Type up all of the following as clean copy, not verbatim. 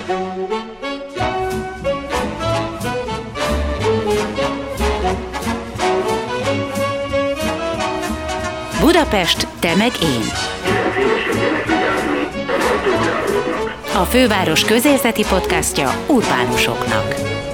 Budapest, te meg én. A főváros közérzeti podcastja urbánusoknak.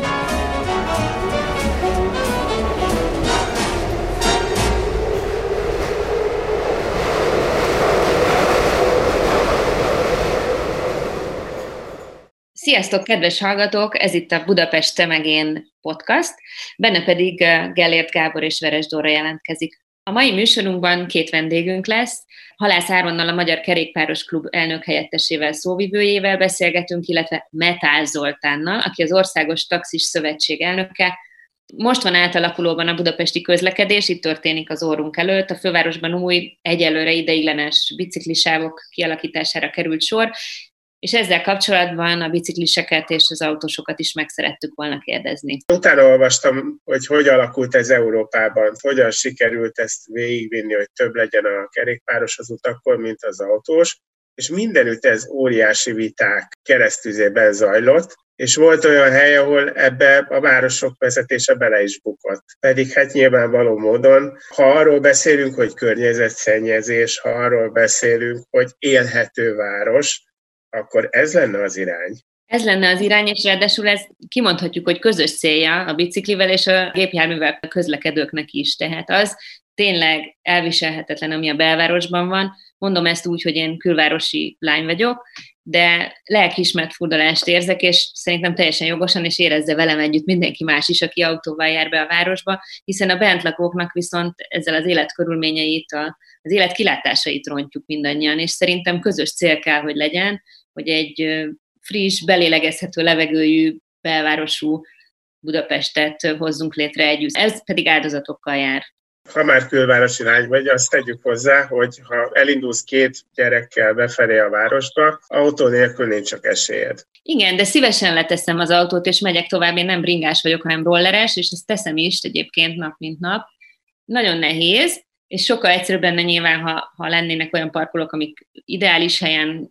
Sziasztok, kedves hallgatók! Ez itt a Budapest, te meg én podcast, benne pedig Gellért Gábor és Veres Dóra jelentkezik. A mai műsorunkban két vendégünk lesz. Halász Áronnal, a Magyar Kerékpáros Klub elnökhelyettesével, szóvivőjével beszélgetünk, illetve Metál Zoltánnal, aki az Országos Taxis Szövetség elnöke. Most van átalakulóban a budapesti közlekedés, itt történik az orrunk előtt. A fővárosban új, egyelőre ideiglenes biciklisávok kialakítására került sor, és ezzel kapcsolatban a bicikliseket és az autósokat is meg szerettük volna kérdezni. Utána olvastam, hogy alakult ez Európában, hogyan sikerült ezt végigvinni, hogy több legyen a kerékpáros az utakon, mint az autós, és mindenütt ez óriási viták keresztüzében zajlott, és volt olyan hely, ahol ebbe a városok vezetése bele is bukott. Pedig hát nyilvánvaló módon, ha arról beszélünk, hogy környezetszennyezés, ha arról beszélünk, hogy élhető város, akkor ez lenne az irány. Ez lenne az irány, és ráadásul ez kimondhatjuk, hogy közös célja a biciklivel és a gépjárművel közlekedőknek is. Tehát az tényleg elviselhetetlen, ami a belvárosban van. Mondom ezt úgy, hogy én külvárosi lány vagyok, de lelkiismert furdalást érzek, és szerintem teljesen jogosan, és érezze velem együtt mindenki más is, aki autóval jár be a városba, hiszen a bentlakóknak viszont ezzel az életkörülményeit, az élet kilátásait rontjuk mindannyian, és szerintem közös cél kell, hogy legyen, hogy egy friss, belélegezhető levegőjű, belvárosú Budapestet hozzunk létre együtt. Ez pedig áldozatokkal jár. Ha már külvárosi lány vagy, azt tegyük hozzá, hogy ha elindulsz két gyerekkel befelé a városba, autó nélkül nincs csak esélyed. Igen, de szívesen leteszem az autót, és megyek tovább. Én nem bringás vagyok, hanem rolleres, és ezt teszem is egyébként nap mint nap. Nagyon nehéz, és sokkal egyszerűbb lenne nyilván, ha lennének olyan parkolók, amik ideális helyen,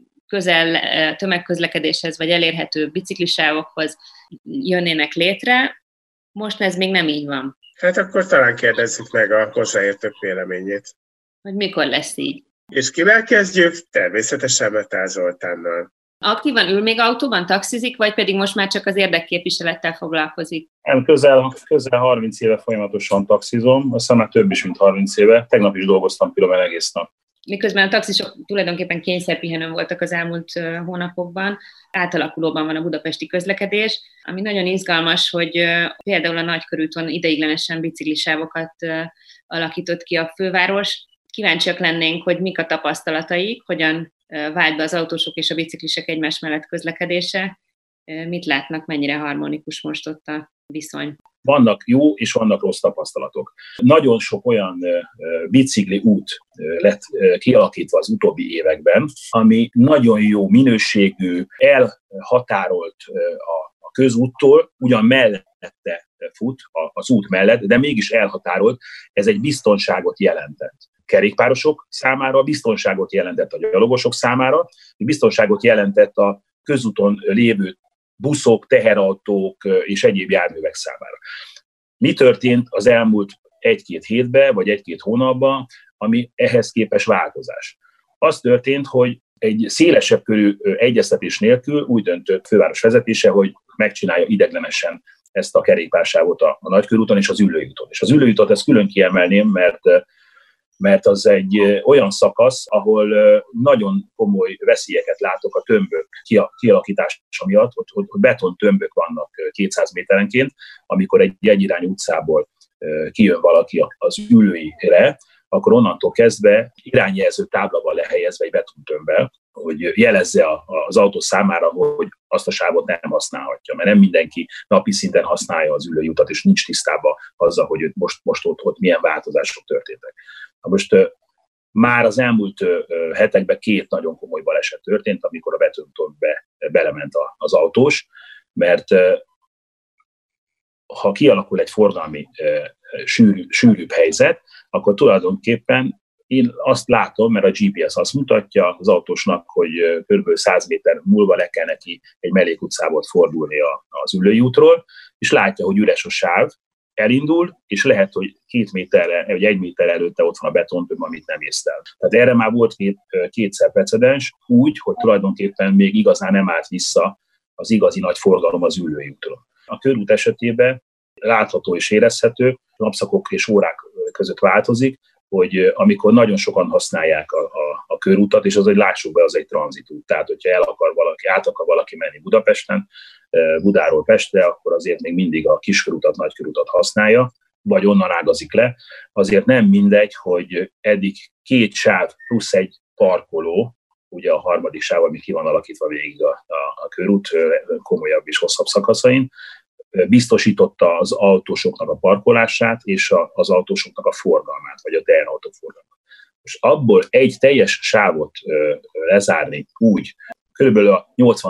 közel tömegközlekedéshez, vagy elérhető biciklisávokhoz jönnének létre. Most ez még nem így van. Hát akkor talán kérdezzük meg a hozzáértők véleményét. Hogy mikor lesz így. És kivel kezdjük? Természetesen Metál Zoltánnal. Aktívan ül még autóban, taxizik, vagy pedig most már csak az érdekképviselettel foglalkozik? Nem, közel 30 éve folyamatosan taxizom, aztán már több is, mint 30 éve. Tegnap is dolgoztam különben egész nap. Miközben a taxisok tulajdonképpen kényszerpihenőn voltak az elmúlt hónapokban, átalakulóban van a budapesti közlekedés, ami nagyon izgalmas, hogy például a Nagykörúton ideiglenesen biciklisávokat alakított ki a főváros. Kíváncsiak lennénk, hogy mik a tapasztalataik, hogyan vált be az autósok és a biciklisek egymás mellett közlekedése, mit látnak, mennyire harmonikus most ott a viszony. Vannak jó és vannak rossz tapasztalatok. Nagyon sok olyan bicikli út lett kialakítva az utóbbi években, ami nagyon jó minőségű, elhatárolt a közúttól, ugyan mellette fut az út mellett, de mégis elhatárolt, ez egy biztonságot jelentett. Kerékpárosok számára biztonságot jelentett a gyalogosok számára, biztonságot jelentett a közúton lévő buszok, teherautók és egyéb járművek számára. Mi történt az elmúlt egy-két hétben, vagy egy-két hónapban, ami ehhez képes változás? Az történt, hogy egy szélesebb körű egyeztetés nélkül úgy döntött főváros vezetése, hogy megcsinálja ideiglenesen ezt a kerékpársávot a Nagykörúton és az Üllői úton. És az Üllői utat ezt külön kiemelném, mert az egy olyan szakasz, ahol nagyon komoly veszélyeket látok a tömbök kialakítása miatt, hogy betontömbök vannak 200 méterenként, amikor egy egyirányú utcából kijön valaki az Üllőire, akkor onnantól kezdve irányjelző tábla van lehelyezve egy betontömbbel, hogy jelezze az autó számára, hogy azt a sávot nem használhatja, mert nem mindenki napi szinten használja az Üllői utat, és nincs tisztában azzal, hogy most ott milyen változások történtek. Most már az elmúlt hetekben 2 nagyon komoly baleset történt, amikor a betontömbbe belement az autós, mert ha kialakul egy forgalmi sűrűbb helyzet, akkor tulajdonképpen Én azt látom, mert a GPS azt mutatja az autósnak, hogy kb. 100 méter múlva le kell neki egy mellékutcából fordulni az Üllői útról, és látja, hogy üres a sáv, elindul, és lehet, hogy 2 méterre, vagy 1 méter előtte ott van a betontömb, amit nem észlel. Tehát erre már volt kétszer precedens, úgy, hogy tulajdonképpen még igazán nem állt vissza az igazi nagy forgalom az Üllői útról. A körút esetében látható és érezhető, napszakok és órák között változik, hogy amikor nagyon sokan használják a körutat, és az, hogy lássuk be, az egy tranzitút. Tehát, hogyha át akar valaki menni Budapesten, Budáról Pestre, akkor azért még mindig a kiskörútat, nagykörútat használja, vagy onnan ágazik le. Azért nem mindegy, hogy eddig 2 sáv plusz egy parkoló, ugye a harmadik sáv, ami ki van alakítva végig a körút komolyabb és hosszabb szakaszain, biztosította az autósoknak a parkolását és az autósoknak a forgalmát, vagy a teherautók forgalmát. Most abból egy teljes sávot lezárni úgy, körülbelül a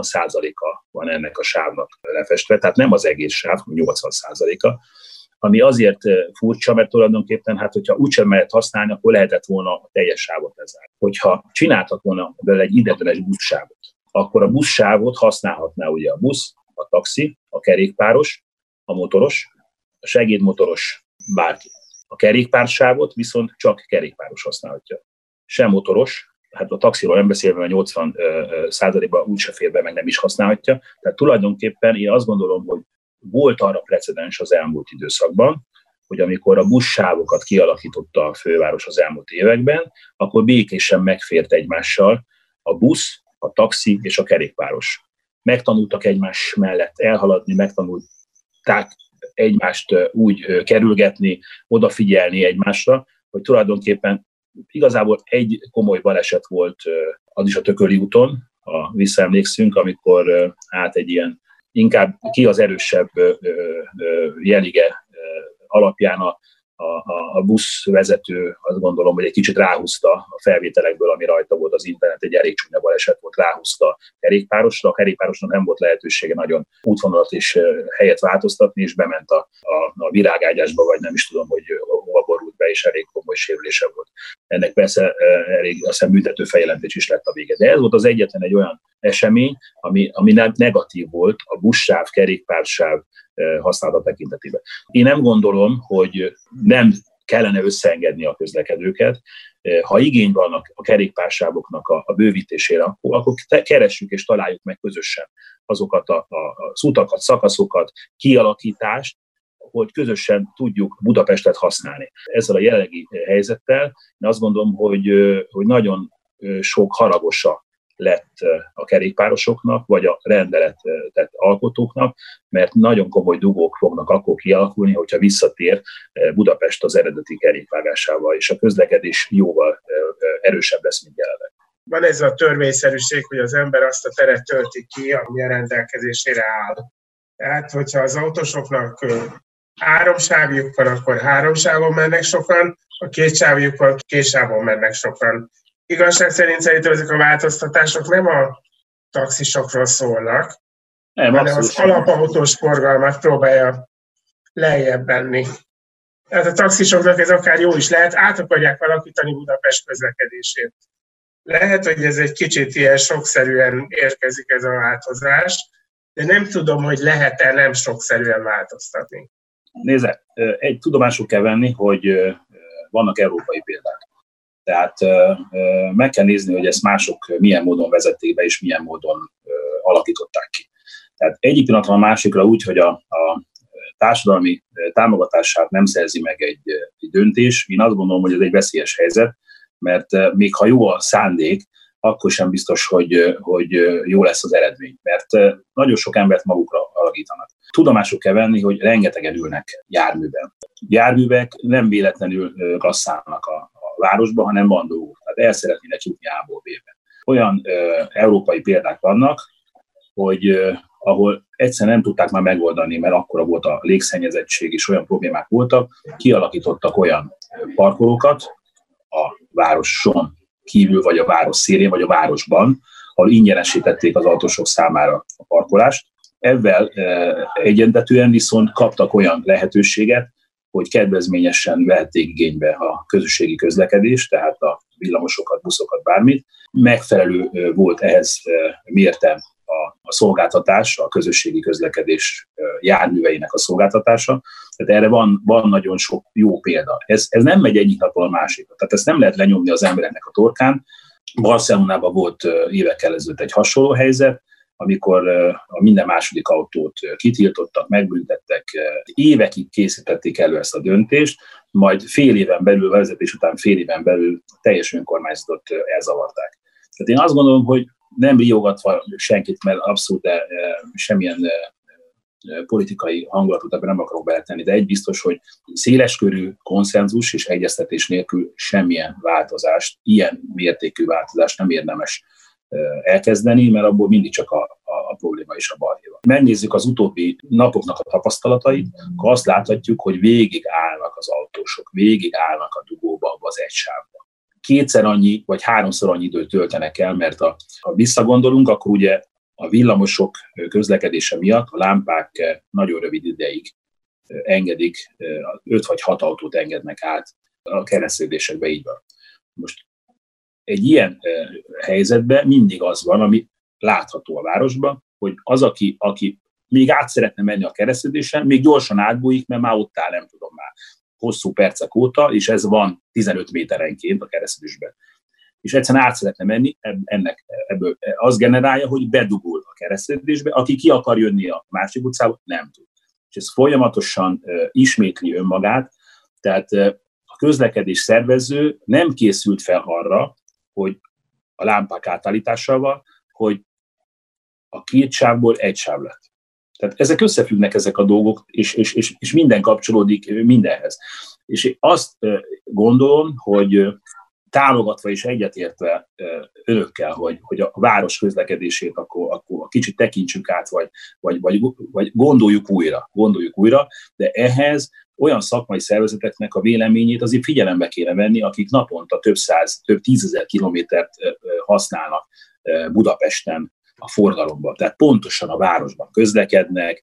80%-a van ennek a sávnak lefestve, tehát nem az egész sáv, 80%-a, ami azért furcsa, mert tulajdonképpen, hogyha úgysem lehet használni, akkor lehetett volna a teljes sávot lezárni. Hogyha csináltak volna belőle egy ideiglenes buszsávot, akkor a buszsávot használhatná ugye a busz, a taxi, a kerékpáros, a motoros, a segédmotoros, bárki. A kerékpársávot viszont csak kerékpáros használhatja. Sem motoros, hát a taxiról nem beszélve, mert 80%-ban úgyse fér be, meg nem is használhatja. Tehát tulajdonképpen én azt gondolom, hogy volt arra precedens az elmúlt időszakban, hogy amikor a buszsávokat kialakította a főváros az elmúlt években, akkor békésen megfért egymással a busz, a taxi és a kerékpáros. Megtanultak egymás mellett elhaladni, megtanulták egymást úgy kerülgetni, odafigyelni egymásra, hogy tulajdonképpen igazából egy komoly baleset volt, az is a Tököli úton, visszaemlékszünk, amikor egy ilyen inkább ki az erősebb jelige alapján a buszvezető, azt gondolom, hogy egy kicsit ráhúzta a felvételekből, ami rajta volt az internet, egy elég csúnya baleset volt, ráhúzta a kerékpárosra. A kerékpárosnak nem volt lehetősége nagyon útvonalat és helyet változtatni, és bement a virágágyásba, vagy nem is tudom, hogy hova borult be, és elég komoly sérülése volt. Ennek persze elég, azt hiszem, büntető feljelentés is lett a vége. De ez volt az egyetlen egy olyan esemény, ami negatív volt a buszsáv, kerékpársáv használata tekintetében. Én nem gondolom, hogy nem kellene összeengedni a közlekedőket. Ha igény van a kerékpársávoknak a bővítésére, akkor keressük és találjuk meg közösen azokat az utakat, szakaszokat, kialakítást, hogy közösen tudjuk Budapestet használni. Ezzel a jelenlegi helyzettel én azt gondolom, hogy nagyon sok haragosa lett a kerékpárosoknak, vagy a rendeletet alkotóknak, mert nagyon komoly dugók fognak akkor kialakulni, hogyha visszatér Budapest az eredeti kerékvágásával, és a közlekedés jóval erősebb lesz, mint jelenleg. Van ez a törvényszerűség, hogy az ember azt a teret tölti ki, ami a rendelkezésére áll. Tehát, hogyha az autósoknak 3 sávjuk van, akkor 3 sávon mennek sokan, a 2 sávjuk van, 2 sávon mennek sokan. Igazság szerint szerintem ezek a változtatások nem a taxisokról szólnak, hanem az alapautós forgalmat próbálja lejjebb venni. Tehát a taxisoknak ez akár jó is lehet, át akarják alakítani Budapest közlekedését. Lehet, hogy ez egy kicsit ilyen sokszerűen érkezik ez a változás, de nem tudom, hogy lehet-e nem sokszerűen változtatni. Nézze, egy tudomásul kell venni, hogy vannak európai példák. Tehát meg kell nézni, hogy ezt mások milyen módon vezették be, és milyen módon alakították ki. Tehát egyik pillanatra a másikra úgy, hogy a társadalmi támogatását nem szerzi meg egy döntés. Én azt gondolom, hogy ez egy veszélyes helyzet, mert még ha jó a szándék, akkor sem biztos, hogy jó lesz az eredmény, mert nagyon sok embert magukra alakítanak. Tudomásul kell venni, hogy rengetegen ülnek járműben. Járművek nem véletlenül rasszálnak a városba, hanem van dolgok. Tehát el szeretnének jutni A-ból B-be. Olyan európai példák vannak, hogy ahol egyszerűen nem tudták már megoldani, mert akkora volt a légszennyezettség, és olyan problémák voltak, kialakítottak olyan parkolókat a városon kívül, vagy a város szélén, vagy a városban, ahol ingyenesítették az autósok számára a parkolást. Ezzel egyentetően viszont kaptak olyan lehetőséget, hogy kedvezményesen vehették igénybe a közösségi közlekedést, tehát a villamosokat, buszokat, bármit. Megfelelő volt ehhez mérten a szolgáltatás, a közösségi közlekedés járműveinek a szolgáltatása. Tehát erre van nagyon sok jó példa. Ez nem megy egyik napról a másikra. Tehát ezt nem lehet lenyomni az embereknek a torkán. Barcelonában volt évekkel ezelőtt egy hasonló helyzet, amikor a minden második autót kitiltottak, megbüntettek, évekig készítették elő ezt a döntést, majd fél éven belül, vezetés után fél éven belül teljes önkormányzatot elzavarták. Tehát én azt gondolom, hogy nem riogatva senkit, mert abszolút semmilyen politikai hangulatot ebben nem akarok beletenni, de egy biztos, hogy széleskörű konszenzus és egyeztetés nélkül semmilyen változást, ilyen mértékű változást nem érdemes elkezdeni, mert abból mindig csak a probléma és a balhé van. Megnézzük az utóbbi napoknak a tapasztalatait, akkor azt láthatjuk, hogy végig állnak az autósok, végig állnak a dugóba, abba az egy sávba. Kétszer annyi, vagy háromszor annyi időt töltenek el, mert ha visszagondolunk, akkor ugye a villamosok közlekedése miatt a lámpák nagyon rövid ideig engedik, 5 vagy 6 autót engednek át a kereszteződésekbe, így van. Most egy ilyen helyzetben mindig az van, ami látható a városban, hogy az, aki még át szeretne menni a kereszteződésen, még gyorsan átbújik, mert már ott áll, nem tudom már, hosszú percek óta, és ez van 15 méterenként a kereszteződésben. És egyszerűen át szeretne menni, ebből az generálja, hogy bedugul a kereszteződésbe, aki ki akar jönni a másik utcába, nem tud. És ez folyamatosan ismétli önmagát, tehát a közlekedés szervező nem készült fel arra, hogy a lámpák átállításával, hogy a két sávból egy sáv lett. Tehát ezek összefüggnek, ezek a dolgok, és minden kapcsolódik mindenhez. És én azt gondolom, hogy támogatva és egyetértve önökkel, hogy a város közlekedését akkor kicsit tekintsük át, vagy gondoljuk újra, de ehhez olyan szakmai szervezeteknek a véleményét azért figyelembe kéne venni, akik naponta több tízezer kilométert használnak Budapesten a forgalomban. Tehát pontosan a városban közlekednek,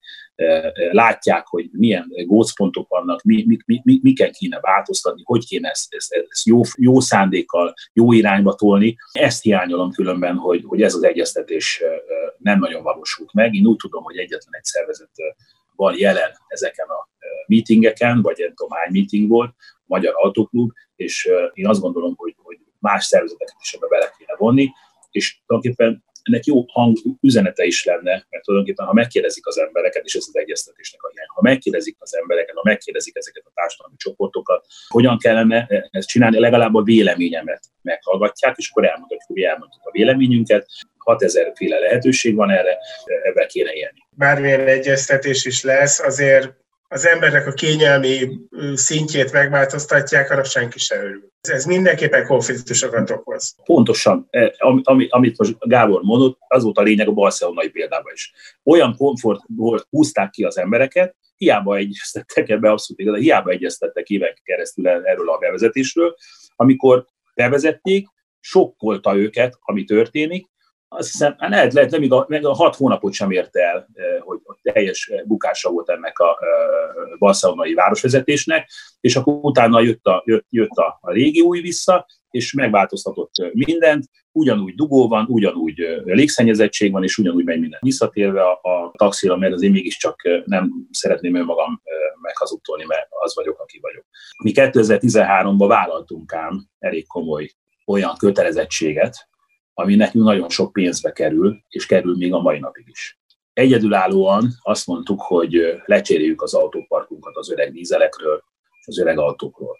látják, hogy milyen gócpontok vannak, miken kéne változtatni, hogy kéne ezt jó szándékkal, jó irányba tolni. Ezt hiányolom különben, hogy ez az egyeztetés nem nagyon valósult meg. Én úgy tudom, hogy egyetlen egy szervezet van jelen ezeken a meetingeken, vagy egy hány meeting volt, a Magyar Autóklub, és én azt gondolom, hogy más szervezeteket is ebbe bele kéne vonni, és tulajdonképpen ennek jó üzenete is lenne, mert tulajdonképpen, ha megkérdezik az embereket, és ez az egyeztetésnek a hiány, ha megkérdezik az embereket, ha megkérdezik ezeket a társadalmi csoportokat, hogyan kellene ezt csinálni, legalább a véleményemet meghallgatják, és akkor elmondjuk a véleményünket, 6000 féle lehetőség van erre, ebben kéne élni. Bármilyen egyeztetés is lesz, azért az embernek a kényelmi szintjét megváltoztatják, arra senki se örül. Ez mindenképpen konfliktusokat okoz. Pontosan, amit most Gábor mondott, az volt a lényeg a barcelonai példában is. Olyan komfortból húzták ki az embereket, hiába egyeztettek ebbe, abszolút igaz, hiába egyeztettek évek keresztül erről a bevezetésről, amikor bevezették, sokkolta őket, ami történik. Azt hiszem, lehet még a 6 hónapot sem érte el, hogy teljes bukása volt ennek a barcelonai városvezetésnek, és akkor utána jött a régi új vissza, és megváltoztatott mindent, ugyanúgy dugó van, ugyanúgy légszennyezettség van, és ugyanúgy megy minden. Visszatérve a taxira, mert azért mégiscsak nem szeretném önmagam meghazudtolni, mert az vagyok, aki vagyok. Mi 2013-ban vállaltunk ám elég komoly olyan kötelezettséget, ami nekünk nagyon sok pénzbe kerül, és kerül még a mai napig is. Egyedülállóan azt mondtuk, hogy lecseréljük az autóparkunkat az öreg dízelekről és az öreg autókról.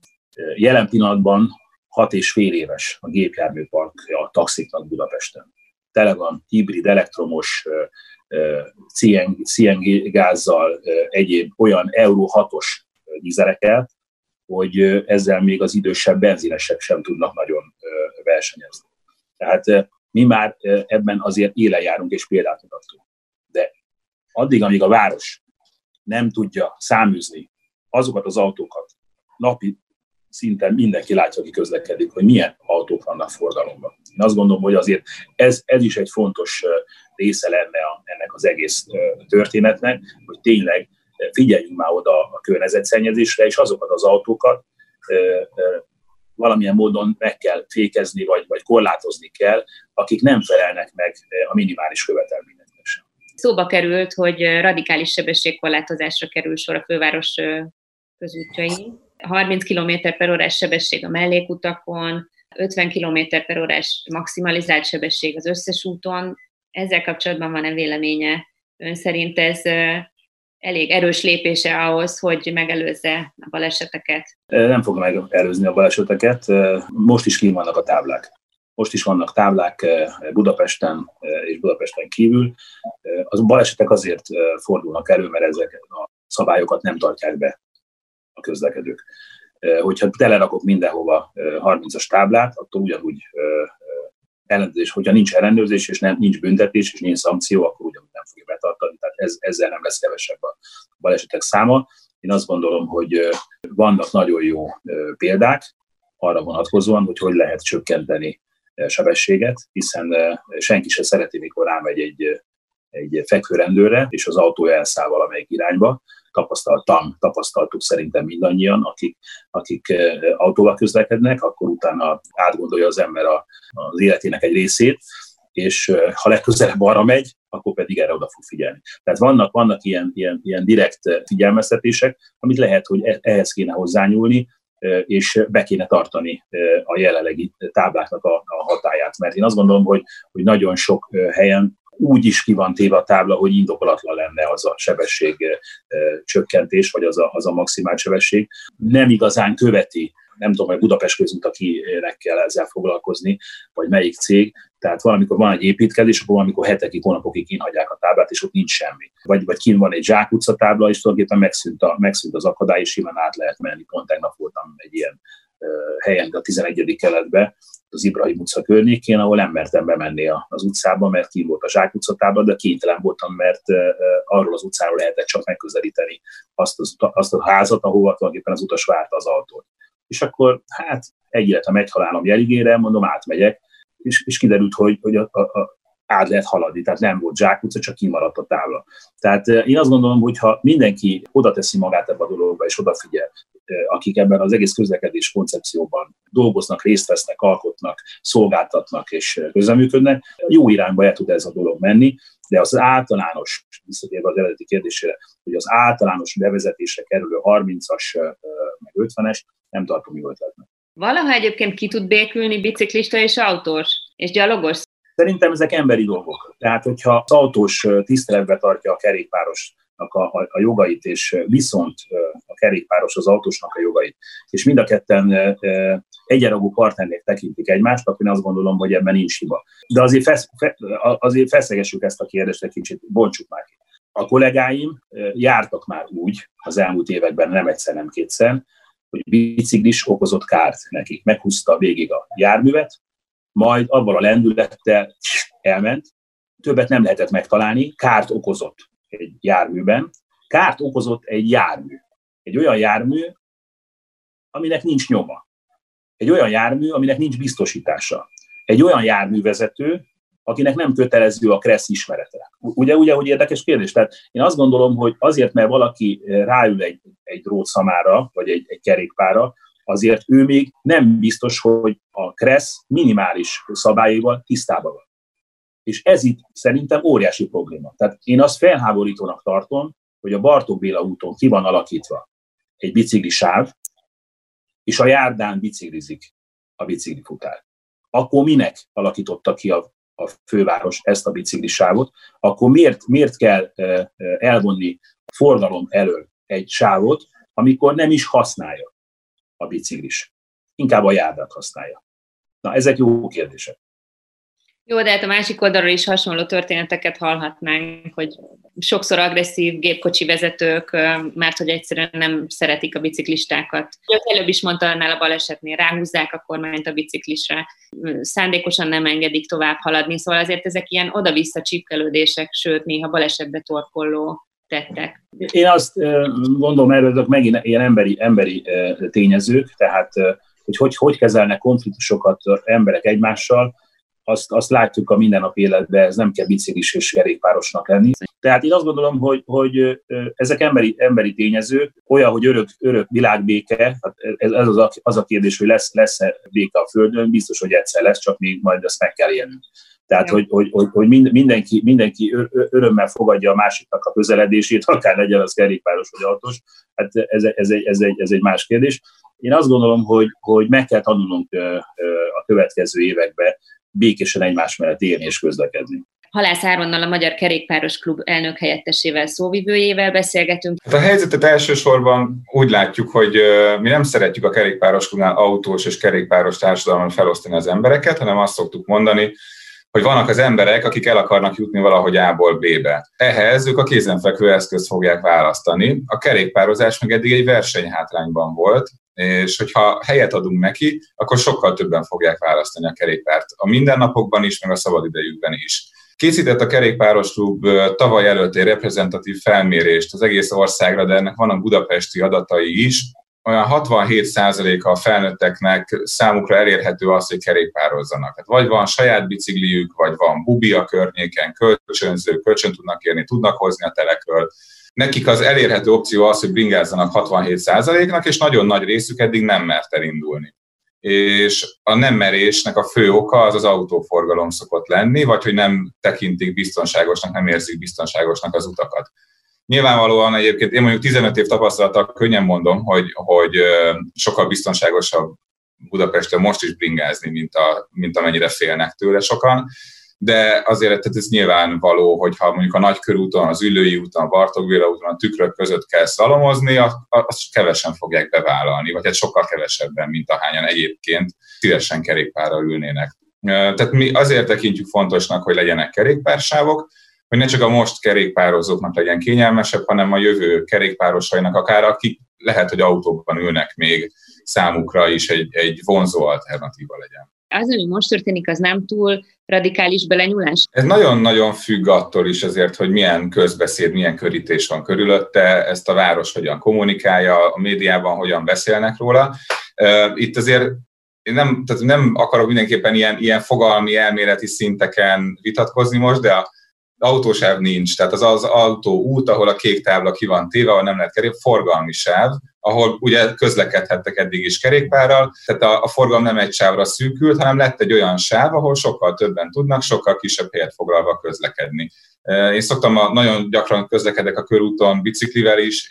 Jelen pillanatban 6,5 éves a gépjárműparkja a taxiknak Budapesten. Tele van hibrid, elektromos, CNG gázzal, egyéb olyan Euro 6-os dízelekkel, hogy ezzel még az idősebb benzinesek sem tudnak nagyon versenyezni. Tehát mi már ebben azért élen járunk és példát mutatunk. De addig, amíg a város nem tudja száműzni azokat az autókat, napi szinten mindenki látja, aki közlekedik, hogy milyen autók vannak forgalomban. Én azt gondolom, hogy azért ez is egy fontos része lenne ennek az egész történetnek, hogy tényleg figyeljünk már oda a környezetszennyezésre, és azokat az autókat valamilyen módon meg kell fékezni, vagy korlátozni kell, akik nem felelnek meg a minimális követelményeknek sem. Szóba került, hogy radikális sebességkorlátozásra kerül sor a főváros közútjain. 30 km/h sebesség a mellékutakon, 50 km/h maximalizált sebesség az összes úton. Ezzel kapcsolatban van-e véleménye? Ön szerint ez elég erős lépése ahhoz, hogy megelőzze a baleseteket? Nem fog megelőzni a baleseteket. Most is kint vannak a táblák. Most is vannak táblák Budapesten és Budapesten kívül. A balesetek azért fordulnak elő, mert ezek a szabályokat nem tartják be a közlekedők. Hogyha telerakok mindenhova 30-as táblát, akkor ugyanúgy ellenőrzés, hogyha nincs ellenőrzés, és nincs büntetés, és nincs szankció, akkor ugyanúgy nem fogja betartani. Tehát ezzel nem lesz kevesebb a balesetek száma. Én azt gondolom, hogy vannak nagyon jó példák arra vonatkozóan, hogy lehet csökkenteni sebességet, hiszen senki se szereti, mikor rámegy egy fekvőrendőrre, és az autója elszáll valamelyik irányba. Tapasztaltuk szerintem mindannyian, akik autóval közlekednek, akkor utána átgondolja az ember az életének egy részét, és ha legközelebb arra megy, akkor pedig erre oda fog figyelni. Tehát vannak ilyen direkt figyelmeztetések, amit lehet, hogy ehhez kéne hozzányúlni, és be kéne tartani a jelenlegi tábláknak a hatályát. Mert én azt gondolom, hogy nagyon sok helyen úgy is ki van téve a tábla, hogy indokolatlan lenne az a sebesség csökkentés, vagy az a maximált sebesség. Nem igazán követi, nem tudom, hogy Budapest Közút, akinek kell ezzel foglalkozni, vagy melyik cég. Tehát valamikor van egy építkezés, akkor valamikor hetekig, hónapokig kínhagyják a táblát, és ott nincs semmi. Vagy kint van egy zsákutca tábla, és tulajdonképpen megszűnt az akadály, és simán át lehet menni. Pont tegnap voltam egy ilyen helyen, a 11. keletben, az Ibrahim utca környékén, ahol nem mertem bemenni az utcába, mert ki volt a zsákutcatábla, de kénytelen voltam, mert arról az utcáról lehetett csak megközelíteni azt a házat, ahova tulajdonképpen az utas várta az autót. És akkor egy életem, egy halálom jeligére, mondom, átmegyek, és kiderült, hogy át lehet haladni, tehát nem volt zsákutca, csak kimaradt a tábla. Tehát én azt gondolom, hogy ha mindenki oda teszi magát ebbe a dologba, és odafigyel, akik ebben az egész közlekedés koncepcióban dolgoznak, részt vesznek, alkotnak, szolgáltatnak és közreműködnek, jó irányba el tud ez a dolog menni, de az általános, visszatérve az eredeti kérdésére, hogy az általános bevezetésre kerülő 30-as meg 50-es nem tartom jó ötletnek. Valaha egyébként ki tud békülni biciklista és autós és gyalogos? Szerintem ezek emberi dolgok. Tehát, hogyha az autós tiszteletbe tartja a kerékpárosnak a jogait, és viszont a kerékpáros az autósnak a jogait, és mind a ketten egyenrangú partnernek tekintik egymást, akkor én azt gondolom, hogy ebben nincs hiba. De azért feszegessük ezt a kérdést egy kicsit, bontsuk már ki. A kollégáim jártak már úgy az elmúlt években, nem egyszer, nem kétszer, hogy biciklis okozott kárt nekik. Meghúzta végig a járművet, majd abban a lendülettel elment, többet nem lehetett megtalálni, kárt okozott egy járműben, kárt okozott egy jármű. Egy olyan jármű, aminek nincs nyoma. Egy olyan jármű, aminek nincs biztosítása. Egy olyan járművezető, akinek nem kötelező a KRESZ ismerete. Ugye, hogy érdekes kérdés? Tehát én azt gondolom, hogy azért, mert valaki ráül egy drótszamára, vagy egy kerékpárra, azért ő még nem biztos, hogy a KRESZ minimális szabályaival tisztában van. És ez itt szerintem óriási probléma. Tehát én azt felháborítónak tartom, hogy a Bartók Béla úton ki van alakítva egy biciklisáv, és a járdán biciklizik a biciklifutár. Akkor minek alakította ki a főváros ezt a biciklisávot? Akkor miért kell elvonni forgalom elől egy sávot, amikor nem is használja a biciklis? Inkább a járdát használja. Na, ezek jó kérdések. Jó, de hát a másik oldalról is hasonló történeteket hallhatnánk, hogy sokszor agresszív gépkocsi vezetők, mert hogy egyszerűen nem szeretik a biciklistákat. Előbb is mondta annál a balesetnél, ráhúzzák a kormányt a biciklisre, szándékosan nem engedik tovább haladni, szóval azért ezek ilyen oda-vissza csípkelődések, sőt néha balesetbe torkolló tettek. Én azt gondolom, erről megint ilyen emberi tényezők, tehát hogy kezelnek konfliktusokat emberek egymással, azt látjuk a mindennapi életben, ez nem kell biciklis és kerékpárosnak lenni. Tehát én azt gondolom, hogy ezek emberi tényezők, olyan, hogy örök világbéke, ez az a kérdés, hogy lesz-e béke a Földön, biztos, hogy egyszer lesz, csak még majd ezt meg kell élnünk. Tehát, hogy mindenki örömmel fogadja a másiknak a közeledését, akár legyen az kerékpáros vagy autós, hát ez egy más kérdés. Én azt gondolom, hogy meg kell tanulnunk a következő években békésen egymás mellett élni és közlekedni. Halász Áronnal, a Magyar Kerékpáros Klub elnök helyettesével, szóvivőjével beszélgetünk. Hát a helyzetet elsősorban úgy látjuk, hogy mi nem szeretjük a kerékpáros klubnál autós és kerékpáros társadalomban felosztani az embereket, hanem azt szoktuk mondani, hogy vannak az emberek, akik el akarnak jutni valahogy A-ból B-be. Ehhez ők a kézenfekvő eszközt fogják választani. A kerékpározás meg eddig egy versenyhátrányban volt, és hogyha helyet adunk neki, akkor sokkal többen fogják választani a kerékpárt. A mindennapokban is, meg a szabadidejükben is. Készített a Kerékpáros Klub tavaly előtt egy reprezentatív felmérést az egész országra, de ennek vannak budapesti adatai is. Olyan 67%-a a felnőtteknek számukra elérhető az, hogy kerékpározzanak. Tehát vagy van saját bicikliük, vagy van bubi a környéken, kölcsön tudnak érni, tudnak hozni a telekről. Nekik az elérhető opció az, hogy bringázzanak 67%-nak, és nagyon nagy részük eddig nem mert elindulni. És a nem merésnek a fő oka az az autóforgalom szokott lenni, vagy hogy nem tekintik biztonságosnak, nem érzik biztonságosnak az utakat. Nyilvánvalóan egyébként én mondjuk 15 év tapasztalattal könnyen mondom, hogy sokkal biztonságosabb Budapesten most is bringázni, mint amennyire félnek tőle sokan, de azért tehát ez nyilvánvaló, hogyha mondjuk a Nagykörúton, az Üllői úton, a Bartók Béla úton a tükrök között kell szalomozni, azt kevesen fogják bevállalni, vagy hát sokkal kevesebben, mint ahányan egyébként szívesen kerékpárral ülnének. Tehát mi azért tekintjük fontosnak, hogy legyenek kerékpársávok, hogy ne csak a most kerékpározóknak legyen kényelmesebb, hanem a jövő kerékpárosainak, akár akik lehet, hogy autóban ülnek még, számukra is egy vonzó alternatíva legyen. Az, ami most történik, az nem túl radikális belenyúlás? Ez nagyon-nagyon függ attól is azért, hogy milyen közbeszéd, milyen körítés van körülötte, ezt a város hogyan kommunikálja, a médiában hogyan beszélnek róla. Itt azért én nem akarok mindenképpen ilyen fogalmi, elméleti szinteken vitatkozni most, de az autósáv nincs, tehát az autóút, ahol a kék tábla ki van téve, ahol nem lehet forgalmi sáv, ahol ugye közlekedhettek eddig is kerékpárral, tehát a forgalom nem egy sávra szűkült, hanem lett egy olyan sáv, ahol sokkal többen tudnak, sokkal kisebb helyet foglalva közlekedni. Én szoktam nagyon gyakran közlekedek a körúton biciklivel is,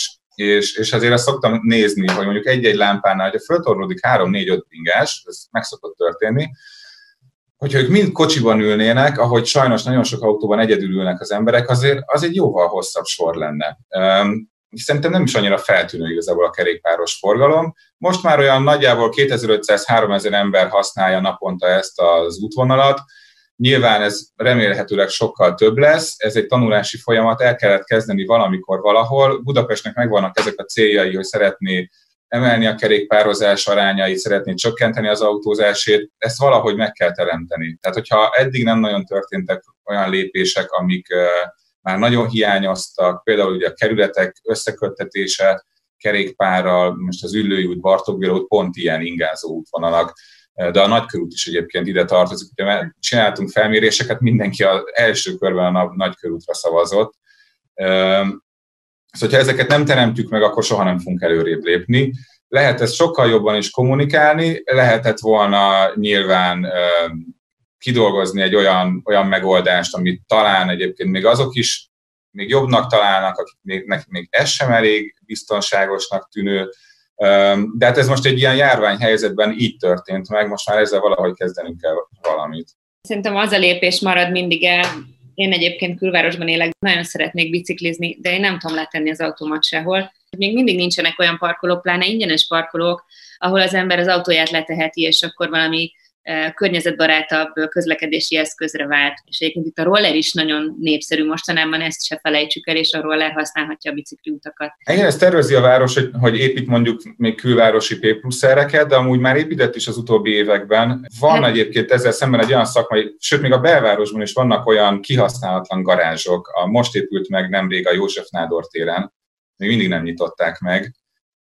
és azért azt szoktam nézni, hogy mondjuk egy-egy lámpánál, hogyha föltorlódik 3-4-5 bringás, ez meg szokott történni, hogyha ők mind kocsiban ülnének, ahogy sajnos nagyon sok autóban egyedül ülnek az emberek, azért az egy jóval hosszabb sor lenne. Szerintem nem is annyira feltűnő igazából a kerékpáros forgalom. Most már olyan nagyjából 2500-3000 ember használja naponta ezt az útvonalat. Nyilván ez remélhetőleg sokkal több lesz, ez egy tanulási folyamat, el kellett kezdeni valamikor valahol. Budapestnek megvannak ezek a céljai, hogy szeretné emelni a kerékpározás arányait, szeretné csökkenteni az autózásét, ezt valahogy meg kell teremteni. Tehát, hogyha eddig nem nagyon történtek olyan lépések, amik már nagyon hiányoztak, például ugye a kerületek összeköttetése kerékpárral, most az Üllői út, Bartók Béla út pont ilyen ingázó útvonalak, de a Nagykörút is egyébként ide tartozik. Ugye csináltunk felméréseket, mindenki az első körben a Nagykörútra szavazott. Szóval, ha ezeket nem teremtjük meg, akkor soha nem fogunk előrébb lépni. Lehet ezt sokkal jobban is kommunikálni, lehetett volna nyilván kidolgozni egy olyan megoldást, amit talán egyébként még azok is még jobbnak találnak, akiknek még ez sem elég biztonságosnak tűnő. De hát ez most egy ilyen járványhelyzetben így történt meg, most már ezzel valahogy kezdenünk kell valamit. Szerintem az a lépés marad mindig el. Én egyébként külvárosban élek, nagyon szeretnék biciklizni, de én nem tudom letenni az autómat sehol. Még mindig nincsenek olyan parkolók, pláne ingyenes parkolók, ahol az ember az autóját leteheti, és akkor valami környezetbarátabb közlekedési eszközre vált. És egyébként itt a roller is nagyon népszerű mostanában, ezt se felejtsük el, és a roller használhatja a bicikliutakat. Igen, ezt tervezi a város, hogy épít mondjuk még külvárosi P+R-eket, de amúgy már épített is az utóbbi években. Van egyébként ezzel szemben egy olyan szakmai, sőt még a belvárosban is vannak olyan kihasználatlan garázsok. Most épült meg nemrég a József Nádor téren, még mindig nem nyitották meg,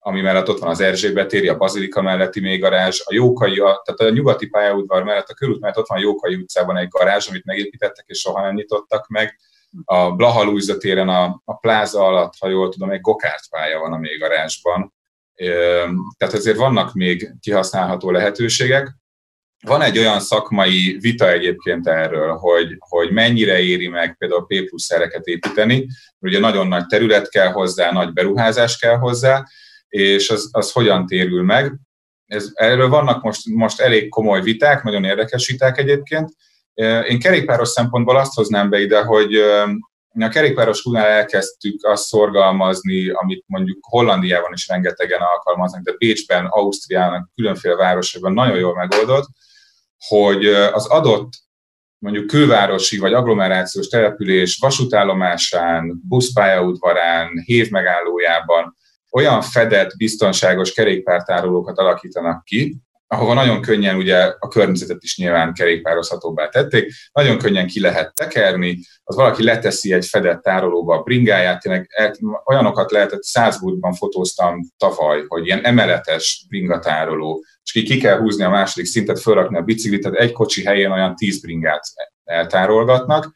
ami mellett ott van az Erzsébet téri, a Bazilika melletti még garázs, a Jókai, tehát a nyugati pályaudvar mellett, a körút mellett ott van a Jókai utcában egy garázs, amit megépítettek és soha nem nyitottak meg. A Blaha Lujza téren a pláza alatt, ha jól tudom, egy gokártpálya van a még garázsban. Tehát azért vannak még kihasználható lehetőségek. Van egy olyan szakmai vita egyébként erről, hogy mennyire éri meg például P+R-eket építeni, ugye nagyon nagy terület kell hozzá, nagy beruházás kell hozzá, és az hogyan térül meg. Erről vannak most elég komoly viták, nagyon érdekes viták egyébként. Én kerékpáros szempontból azt hoznám be ide, hogy a kerékpáros útnál elkezdtük azt szorgalmazni, amit mondjuk Hollandiában is rengetegen alkalmaznak, de Bécsben, Ausztriának, különféle városokban nagyon jól megoldott, hogy az adott mondjuk külvárosi vagy agglomerációs település vasútállomásán, buszpályaudvarán, hévmegállójában olyan fedett, biztonságos kerékpártárolókat alakítanak ki, ahova nagyon könnyen ugye a környezetet is nyilván kerékpározhatóbbá tették, nagyon könnyen ki lehet tekerni, az valaki leteszi egy fedett tárolóba a bringáját, tényleg olyanokat lehetett, Salzburgban fotóztam tavaly, hogy ilyen emeletes bringatároló, és ki kell húzni a második szintet, fölrakni a biciklit, tehát egy kocsi helyén olyan 10 bringát eltárolgatnak,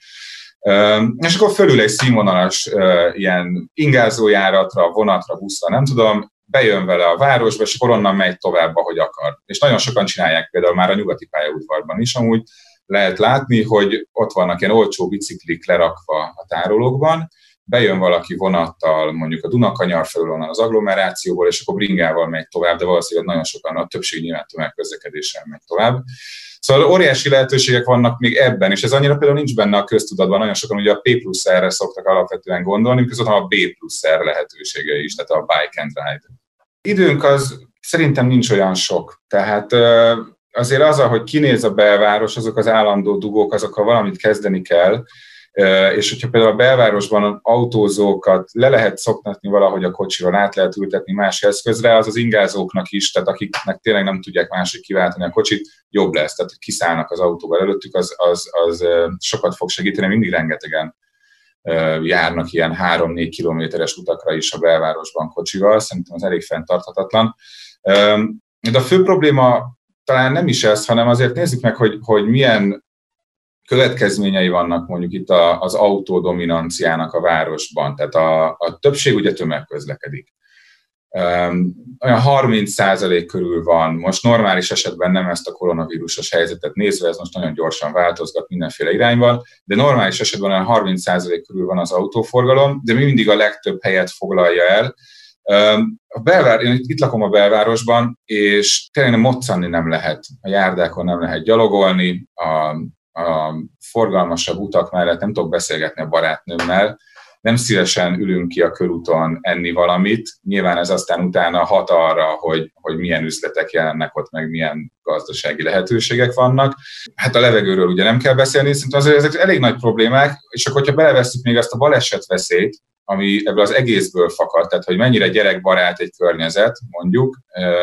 és akkor fölül egy színvonalas ilyen ingázójáratra, vonatra, buszra, nem tudom, bejön vele a városba, és akkor onnan megy tovább, ahogy akar. És nagyon sokan csinálják, például már a nyugati pályaudvarban is, amúgy lehet látni, hogy ott vannak ilyen olcsó biciklik lerakva a tárolókban, bejön valaki vonattal, mondjuk a Dunakanyar felől onnan az agglomerációból, és akkor bringával megy tovább, de valószínűleg nagyon sokan, a többség nyilván tömegközlekedéssel megy tovább. Szóval óriási lehetőségek vannak még ebben, és ez annyira például nincs benne a köztudatban, nagyon sokan ugye a P+R-re szoktak alapvetően gondolni, miközben ott van a B+R lehetősége is, tehát a bike and ride. Időnk az szerintem nincs olyan sok, tehát azért az, ahogy kinéz a belváros, azok az állandó dugók, azokkal valamit kezdeni kell, és hogyha például a belvárosban autózókat le lehet szoktatni valahogy a kocsival, át lehet ültetni más eszközre, az az ingázóknak is, tehát akiknek tényleg nem tudják másik kiváltani a kocsit, jobb lesz, tehát hogy kiszállnak az autóval előttük, az sokat fog segíteni, mindig rengetegen járnak ilyen 3-4 kilométeres utakra is a belvárosban kocsival, szerintem az elég fenntarthatatlan. De a fő probléma talán nem is ez, hanem azért nézzük meg, hogy milyen következményei vannak mondjuk itt az autódominanciának a városban. Tehát a többség ugye tömegközlekedik. Olyan 30% körül van, most normális esetben nem ezt a koronavírusos helyzetet nézve, ez most nagyon gyorsan változgat mindenféle irányban, de normális esetben olyan 30% körül van az autóforgalom, de mi mindig a legtöbb helyet foglalja el. Én itt lakom a belvárosban, és tényleg moccanni nem lehet, a járdákon nem lehet gyalogolni, a forgalmasabb utak mellett nem tudok beszélgetni a barátnőmmel, nem szívesen ülünk ki a körúton enni valamit, nyilván ez aztán utána hat arra, hogy milyen üzletek jelennek ott, meg milyen gazdasági lehetőségek vannak. Hát a levegőről ugye nem kell beszélni, szerintem azért ezek elég nagy problémák, és akkor, hogyha belevesszük még azt a balesetveszélyt, ami ebből az egészből fakad, tehát hogy mennyire gyerekbarát egy környezet, mondjuk,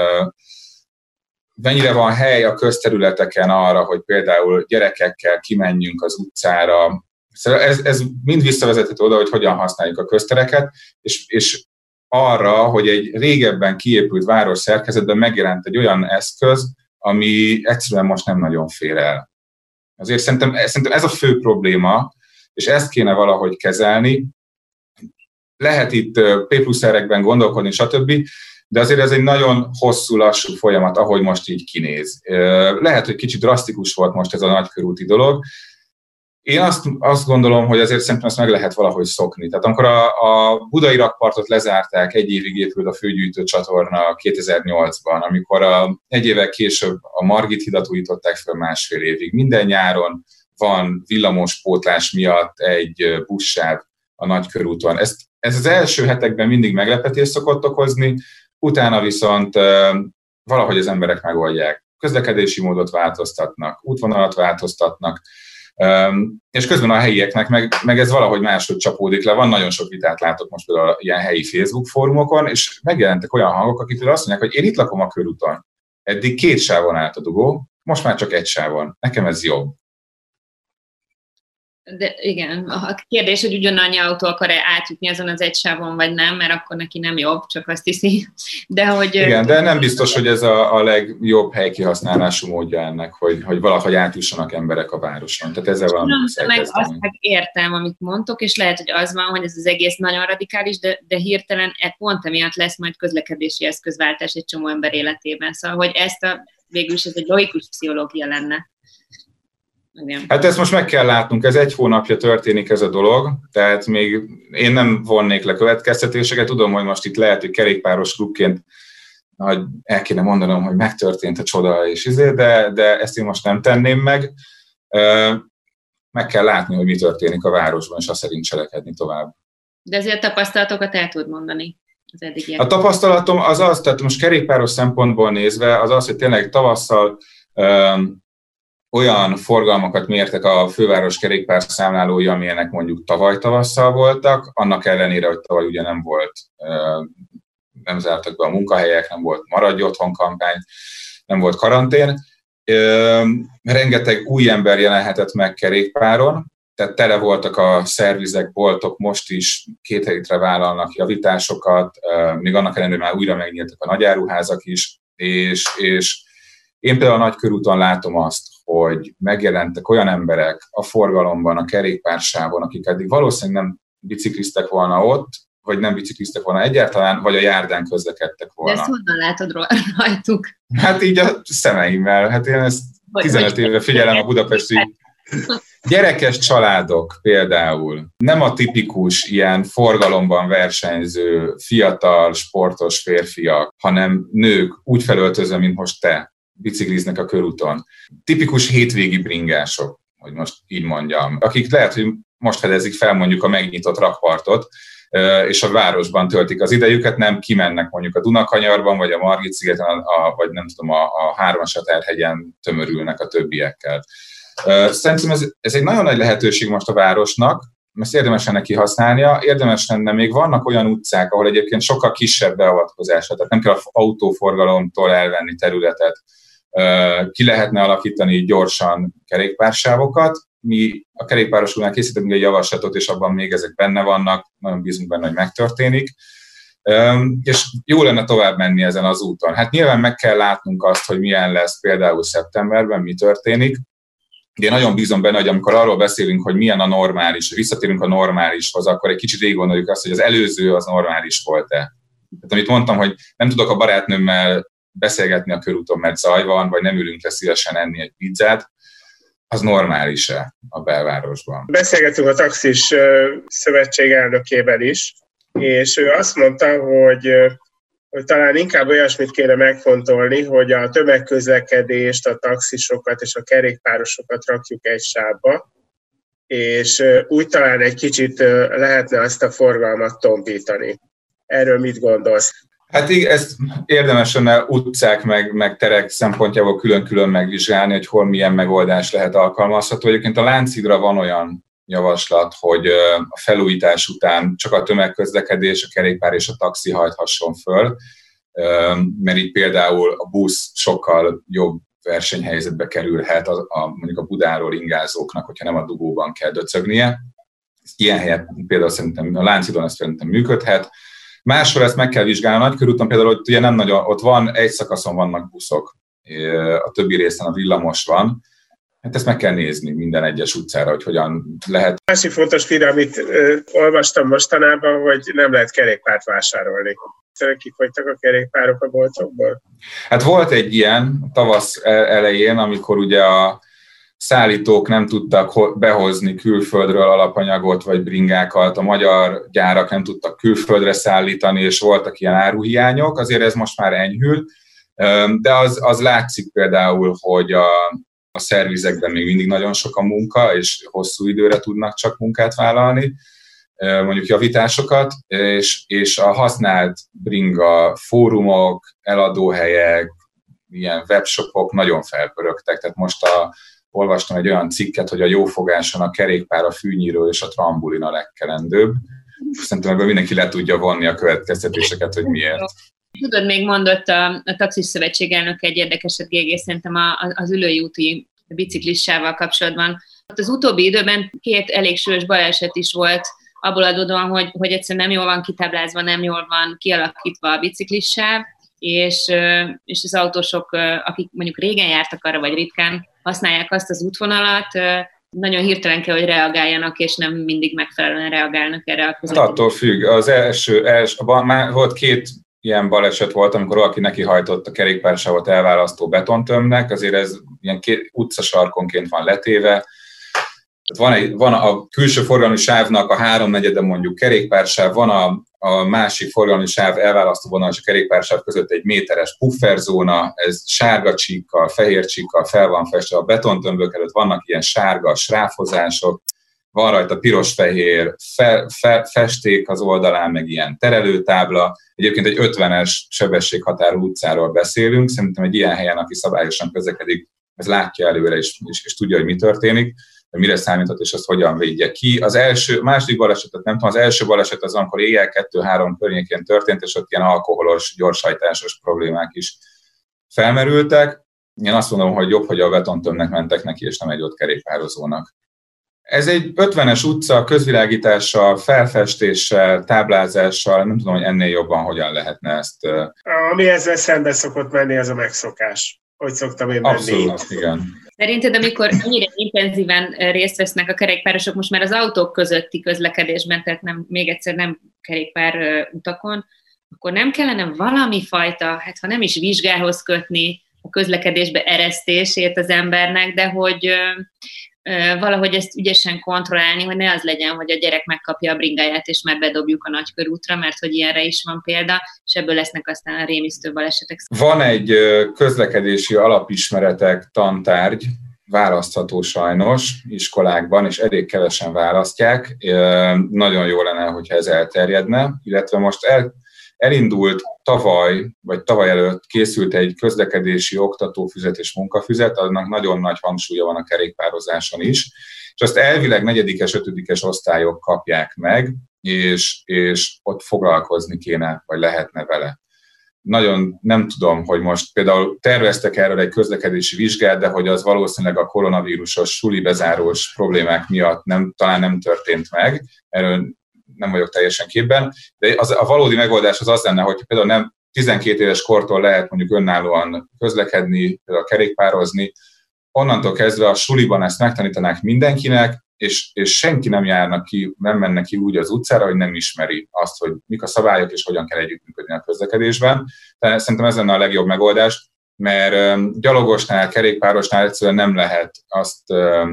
mennyire van hely a közterületeken arra, hogy például gyerekekkel kimenjünk az utcára. Szóval ez mind visszavezethető oda, hogy hogyan használjuk a köztereket, és arra, hogy egy régebben kiépült város szerkezetben megjelent egy olyan eszköz, ami egyszerűen most nem nagyon fér el. Azért szerintem ez a fő probléma, és ezt kéne valahogy kezelni. Lehet itt P+R-ekben gondolkodni, stb., de azért ez egy nagyon hosszú, lassú folyamat, ahogy most így kinéz. Lehet, hogy kicsit drasztikus volt most ez a nagykörúti dolog. Én azt gondolom, hogy azért szerintem ezt meg lehet valahogy szokni. Tehát amikor a budai rakpartot lezárták, egy évig épült a főgyűjtő csatorna 2008-ban, amikor egy évvel később a Margit hidat újították fel 1,5 évig. Minden nyáron van villamospótlás miatt egy buszsáv a nagykörúton. Ez az első hetekben mindig meglepetést szokott okozni, utána viszont valahogy az emberek megoldják. Közlekedési módot változtatnak, útvonalat változtatnak, és közben a helyieknek meg ez valahogy máshogy csapódik le. Van nagyon sok vitát látok most például ilyen helyi Facebook fórumokon, és megjelentek olyan hangok, akik azt mondják, hogy én itt lakom a körúton. Eddig 2 sávon állt a dugó, most már csak 1 sávon. Nekem ez jobb. De igen, a kérdés, hogy ugyanannyi autó akar-e átjutni azon az egy sávon, vagy nem, mert akkor neki nem jobb, csak azt hiszi. De hogy... Igen, de nem biztos, hogy ez a legjobb helykihasználású módja ennek, hogy valahogy átjussanak emberek a városon. Tehát ezzel valami meg azt meg értem, amit mondtok, és lehet, hogy az van, hogy ez az egész nagyon radikális, de hirtelen pont emiatt lesz majd közlekedési eszközváltás egy csomó ember életében. Szóval, hogy végül is ez egy logikus pszichológia lenne. Igen. Hát ezt most meg kell látnunk, ez 1 hónapja történik ez a dolog, tehát még én nem vonnék le következtetéseket, tudom, hogy most itt lehet, hogy kerékpáros klubként el kéne mondanom, hogy megtörtént a csoda, de ezt én most nem tenném meg. Meg kell látni, hogy mi történik a városban, és azt szerint cselekedni tovább. De azért a tapasztalatokat el tud mondani az eddigiek. A tapasztalatom az, tehát most kerékpáros szempontból nézve, az, hogy tényleg tavasszal olyan forgalmakat mértek a főváros kerékpár számlálói, amilyenek mondjuk tavaly tavasszal voltak, annak ellenére, hogy tavaly ugye nem volt, nem zártak be a munkahelyek, nem volt maradj otthon kampány, nem volt karantén. Rengeteg új ember jelenhetett meg kerékpáron, tehát tele voltak a szervizek, boltok, most is 2 hétre vállalnak javításokat, még annak ellenére már újra megnyíltak a nagyáruházak is, és én például a Nagykörúton látom azt, hogy megjelentek olyan emberek a forgalomban, a kerékpársávon, akik eddig valószínűleg nem bicikliztek volna ott, vagy nem bicikliztek volna egyáltalán, vagy a járdán közlekedtek volna. De ezt honnan látod rajtuk? Hát így a szemeimmel. Hát én ezt 15 éve figyelem a budapesti gyerekes családok például. Nem a tipikus ilyen forgalomban versenyző, fiatal, sportos férfiak, hanem nők úgy felöltözve, mint most te, bicikliznek a körúton. Tipikus hétvégi bringások, hogy most így mondjam, akik lehet, hogy most fedezik fel mondjuk a megnyitott rakpartot, és a városban töltik az idejüket, nem kimennek mondjuk a Dunakanyarban, vagy a Margit-szigeten, vagy nem tudom, a Háromsaterhegyen tömörülnek a többiekkel. Szerintem ez egy nagyon nagy lehetőség most a városnak, ezt érdemes lenne kihasználnia, érdemes lenne, még vannak olyan utcák, ahol egyébként sokkal kisebb beavatkozásra, tehát nem kell az autóforgalomtól elvenni területet, ki lehetne alakítani gyorsan kerékpársávokat. Mi a kerékpárosulnál készítettünk egy javaslatot, és abban még ezek benne vannak, nagyon bízunk benne, hogy megtörténik. És jó lenne tovább menni ezen az úton. Hát nyilván meg kell látnunk azt, hogy milyen lesz például szeptemberben, mi történik. Én nagyon bízom benne, hogy amikor arról beszélünk, hogy milyen a normális, visszatérünk a normálishoz, akkor egy kicsit végig gondoljuk azt, hogy az előző az normális volt-e. Tehát amit mondtam, hogy nem tudok a barátnőmmel beszélgetni a körúton, mert zaj van, vagy nem ülünk le szívesen enni egy pizzát, az normális-e a belvárosban? Beszélgetünk a Taxis Szövetség elnökével is, és ő azt mondta, hogy talán inkább olyasmit kéne megfontolni, hogy a tömegközlekedést, a taxisokat és a kerékpárosokat rakjuk egy sávba, és úgy talán egy kicsit lehetne azt a forgalmat tompítani. Erről mit gondolsz? Hát ezt érdemes lenne utcák meg terek szempontjából külön-külön megvizsgálni, hogy hol milyen megoldás lehet alkalmazható. Egyébként a Lánchídra van olyan javaslat, hogy a felújítás után csak a tömegközlekedés, a kerékpár és a taxi hajthasson föl, mert így például a busz sokkal jobb versenyhelyzetbe kerülhet mondjuk a Budáról ingázóknak, hogyha nem a dugóban kell döcögnie. Ilyen helyet például szerintem a Lánchídon ez szerintem működhet. Máshol ezt meg kell vizsgálni. A Nagykörúton például hogy ugye nem nagyon, ott van, egy szakaszon vannak buszok, a többi részen a villamos van. Hát ezt meg kell nézni minden egyes utcára, hogy hogyan lehet. Másik fontos hír, amit olvastam mostanában, hogy nem lehet kerékpárt vásárolni. Kifogytak a kerékpárok a boltokból? Hát volt egy ilyen tavasz elején, amikor ugye a szállítók nem tudtak behozni külföldről alapanyagot vagy bringákat, a magyar gyárak nem tudtak külföldre szállítani, és voltak ilyen áruhiányok, azért ez most már enyhül, de az látszik például, hogy a szervizekben még mindig nagyon sok a munka, és hosszú időre tudnak csak munkát vállalni, mondjuk javításosokat, és a használt bringa fórumok, eladóhelyek, ilyen webshopok nagyon felpörögtek, tehát most olvastam egy olyan cikket, hogy a jófogáson a kerékpár, a fűnyíró és a trambulin a legkelendőbb. Szerintem ebből mindenki le tudja vonni a következtetéseket, hogy miért. Tudod, még mondott a Taxis Szövetség elnöke egy érdekeset, GG, szerintem az Ülői úti biciklissával kapcsolatban, Az utóbbi időben 2 elég súlyos baleset is volt, abból adódóan, hogy egyszerűen nem jól van kitáblázva, nem jól van kialakítva a biciklissáv, és az autósok, akik mondjuk régen jártak arra, vagy ritkán használják azt az útvonalat, nagyon hirtelen kell, hogy reagáljanak, és nem mindig megfelelően reagálnak erre a közlekedésre. Attól függ. Az első már volt 2 ilyen baleset volt, amikor valaki nekihajtott a kerékpársávot elválasztó betontömbnek, azért ez ilyen utcasarkonként van letéve. Van a külső forgalmi sávnak a 3/4 mondjuk kerékpársáv, van a másik forgalmi sáv elválasztó vonal és a kerékpársáv között egy méteres pufferzóna, ez sárga csíkkal, fehér csíkkal fel van festve, a betontömbök előtt vannak ilyen sárga sráfozások, van rajta piros-fehér festék az oldalán, meg ilyen terelőtábla. Egyébként egy 50-es sebességhatárú utcáról beszélünk, szerintem egy ilyen helyen, aki szabályosan közlekedik, ez látja előre és tudja, hogy mi történik, mire számíthat, és azt hogyan védje ki. Második balesetet nem tudom, az első baleset az, amikor éjjel 2-3 környékén történt, és ott ilyen alkoholos, gyorshajtásos problémák is felmerültek. Én azt mondom, hogy jobb, hogy a betontömbnek mentek neki, és nem egy ott kerékpározónak. Ez egy 50-es utca közvilágítással, felfestéssel, táblázással, nem tudom, hogy ennél jobban hogyan lehetne ezt. Ami ezzel szembe szokott menni, az a megszokás. Hogy szoktam én menni. Abszolút, igen. Szerinted, amikor ennyire intenzíven részt vesznek a kerékpárosok most már az autók közötti közlekedésben, tehát még egyszer nem kerékpár utakon, akkor nem kellene valami fajta, hát ha nem is vizsgához kötni a közlekedésbe eresztését az embernek, de hogy valahogy ezt ügyesen kontrollálni, hogy ne az legyen, hogy a gyerek megkapja a bringáját, és már bedobjuk a nagykörútra, mert hogy ilyenre is van példa, és ebből lesznek aztán a rémisztő balesetek. Van egy közlekedési alapismeretek tantárgy, választható sajnos iskolákban, és elég kevesen választják. Nagyon jó lenne, hogyha ez elterjedne, illetve most elindult tavaly előtt készült egy közlekedési oktatófüzet és munkafüzet, annak nagyon nagy hangsúlya van a kerékpározáson is, és azt elvileg 4-es, 5-es osztályok kapják meg, és ott foglalkozni kéne, vagy lehetne vele. Nagyon nem tudom, hogy most például terveztek erről egy közlekedési vizsgát, de hogy az valószínűleg a koronavírusos sulibezárós problémák miatt talán nem történt meg, erről nem vagyok teljesen képben, de a valódi megoldás az lenne, hogy például nem 12 éves kortól lehet mondjuk önállóan közlekedni, például kerékpározni, onnantól kezdve a suliban ezt megtanítanák mindenkinek, és senki nem menne ki úgy az utcára, hogy nem ismeri azt, hogy mik a szabályok, és hogyan kell együttműködni a közlekedésben. Tehát szerintem ez lenne a legjobb megoldás, mert gyalogosnál, kerékpárosnál egyszerűen nem lehet azt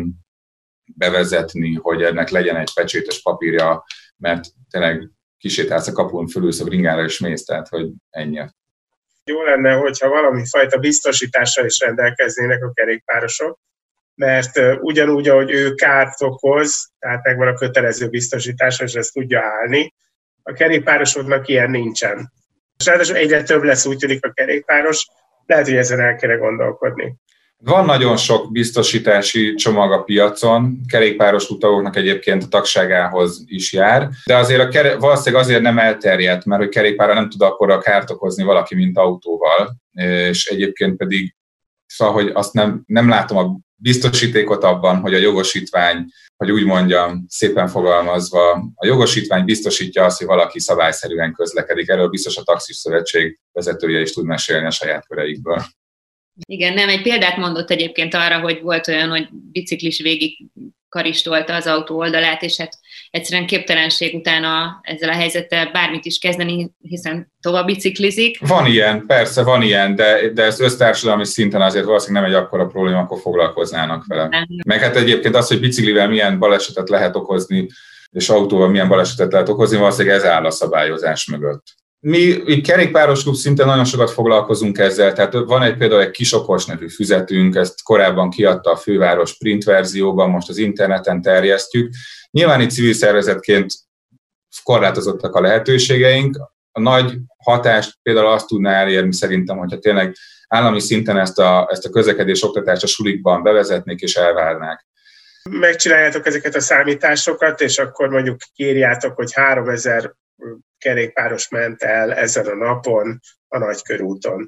bevezetni, hogy ennek legyen egy pecsétes papírja, mert tényleg kisétálsz a kapun, fölülsz a bringára és mész, tehát hogy ennyi. Jó lenne, hogyha valami fajta biztosítással is rendelkeznének a kerékpárosok, mert ugyanúgy, ahogy ő kárt okoz, tehát megvan a kötelező biztosítás, és ezt tudja állni, a kerékpárosoknak ilyen nincsen. És ráadásul egyre több lesz, úgy tűnik a kerékpáros, lehet, hogy ezen el kéne gondolkodni. Van nagyon sok biztosítási csomag a piacon, kerékpáros utalóknak egyébként a tagságához is jár, de azért valószínűleg azért nem elterjedt, mert hogy kerékpárra nem tud akkora kárt okozni valaki, mint autóval, és egyébként pedig szóval, hogy azt nem látom a biztosítékot abban, hogy a jogosítvány, hogy úgy mondjam, szépen fogalmazva, a jogosítvány biztosítja azt, hogy valaki szabályszerűen közlekedik. Erről biztos a Taxis Szövetség vezetője is tud mesélni a saját köreikből. Igen, nem, egy példát mondott egyébként arra, hogy volt olyan, hogy biciklis végig karistolta az autó oldalát, és hát egyszerűen képtelenség utána ezzel a helyzettel bármit is kezdeni, hiszen tovább biciklizik. Van ilyen, persze van ilyen, de ez össztársadalmi szinten azért valószínűleg nem egy akkora probléma, akkor foglalkoznának vele. Nem. Meg hát egyébként az, hogy biciklivel milyen balesetet lehet okozni, és autóval milyen balesetet lehet okozni, valószínűleg ez áll a szabályozás mögött. Mi kerékpáros klub szinten nagyon sokat foglalkozunk ezzel, tehát van például egy Kisokos nevű füzetünk, ezt korábban kiadta a főváros print verzióban, most az interneten terjesztjük. Nyilván itt civil szervezetként korlátozottak a lehetőségeink. A nagy hatást például azt tudná elérni szerintem, hogyha tényleg állami szinten ezt a közlekedés oktatást a sulikban bevezetnék és elvárnák. Megcsináljátok ezeket a számításokat, és akkor mondjuk kírjátok, hogy 3000 kerékpáros ment el ezen a napon a Nagykörúton.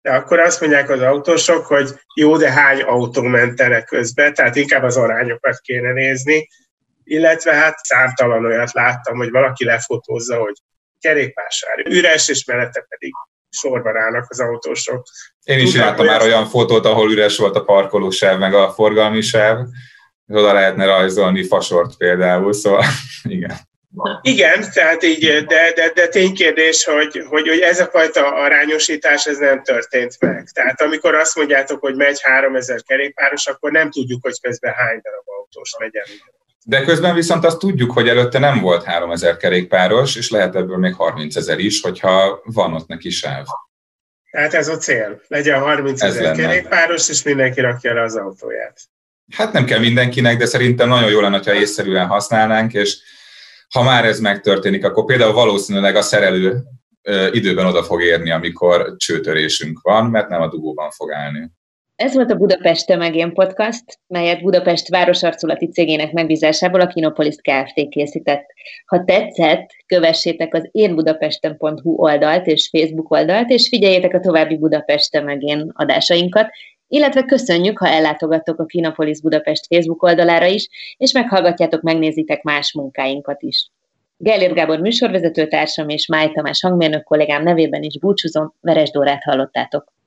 De akkor azt mondják az autósok, hogy jó, de hány autó ment el közben, tehát inkább az arányokat kéne nézni, illetve hát számtalan olyat láttam, hogy valaki lefotózza, hogy kerékpársár üres, és mellette pedig sorban állnak az autósok. Én is láttam már olyan fotót, ahol üres volt a parkolósáv, meg a forgalmi sáv, oda lehetne rajzolni fasort például, szóval igen. Igen, tehát így, de ténykérdés, hogy ez a fajta arányosítás ez nem történt meg. Tehát amikor azt mondjátok, hogy megy 3000 kerékpáros, akkor nem tudjuk, hogy közben hány darab autós megy el. De közben viszont azt tudjuk, hogy előtte nem volt 3000 kerékpáros, és lehet ebből még 30 000 is, hogyha van ott neki sáv. Tehát ez a cél. Legyen 30 000 kerékpáros, és mindenki rakja le az autóját. Hát nem kell mindenkinek, de szerintem nagyon jó lenne, ha észszerűen használnánk, és ha már ez megtörténik, akkor például valószínűleg a szerelő időben oda fog érni, amikor csőtörésünk van, mert nem a dugóban fog állni. Ez volt a Budapest Tömegén podcast, melyet Budapest városarculati cégének megbízásából a Kinopolis Kft. Készített. Ha tetszett, kövessétek az énbudapesten.hu oldalt és Facebook oldalt, és figyeljétek a további Budapest Tömegén adásainkat, illetve köszönjük, ha ellátogattok a Kinopolis Budapest Facebook oldalára is, és meghallgatjátok, megnézitek más munkáinkat is. Gellér Gábor műsorvezetőtársam és Máj Tamás hangmérnök kollégám nevében is búcsúzom, Veres Dórát hallottátok.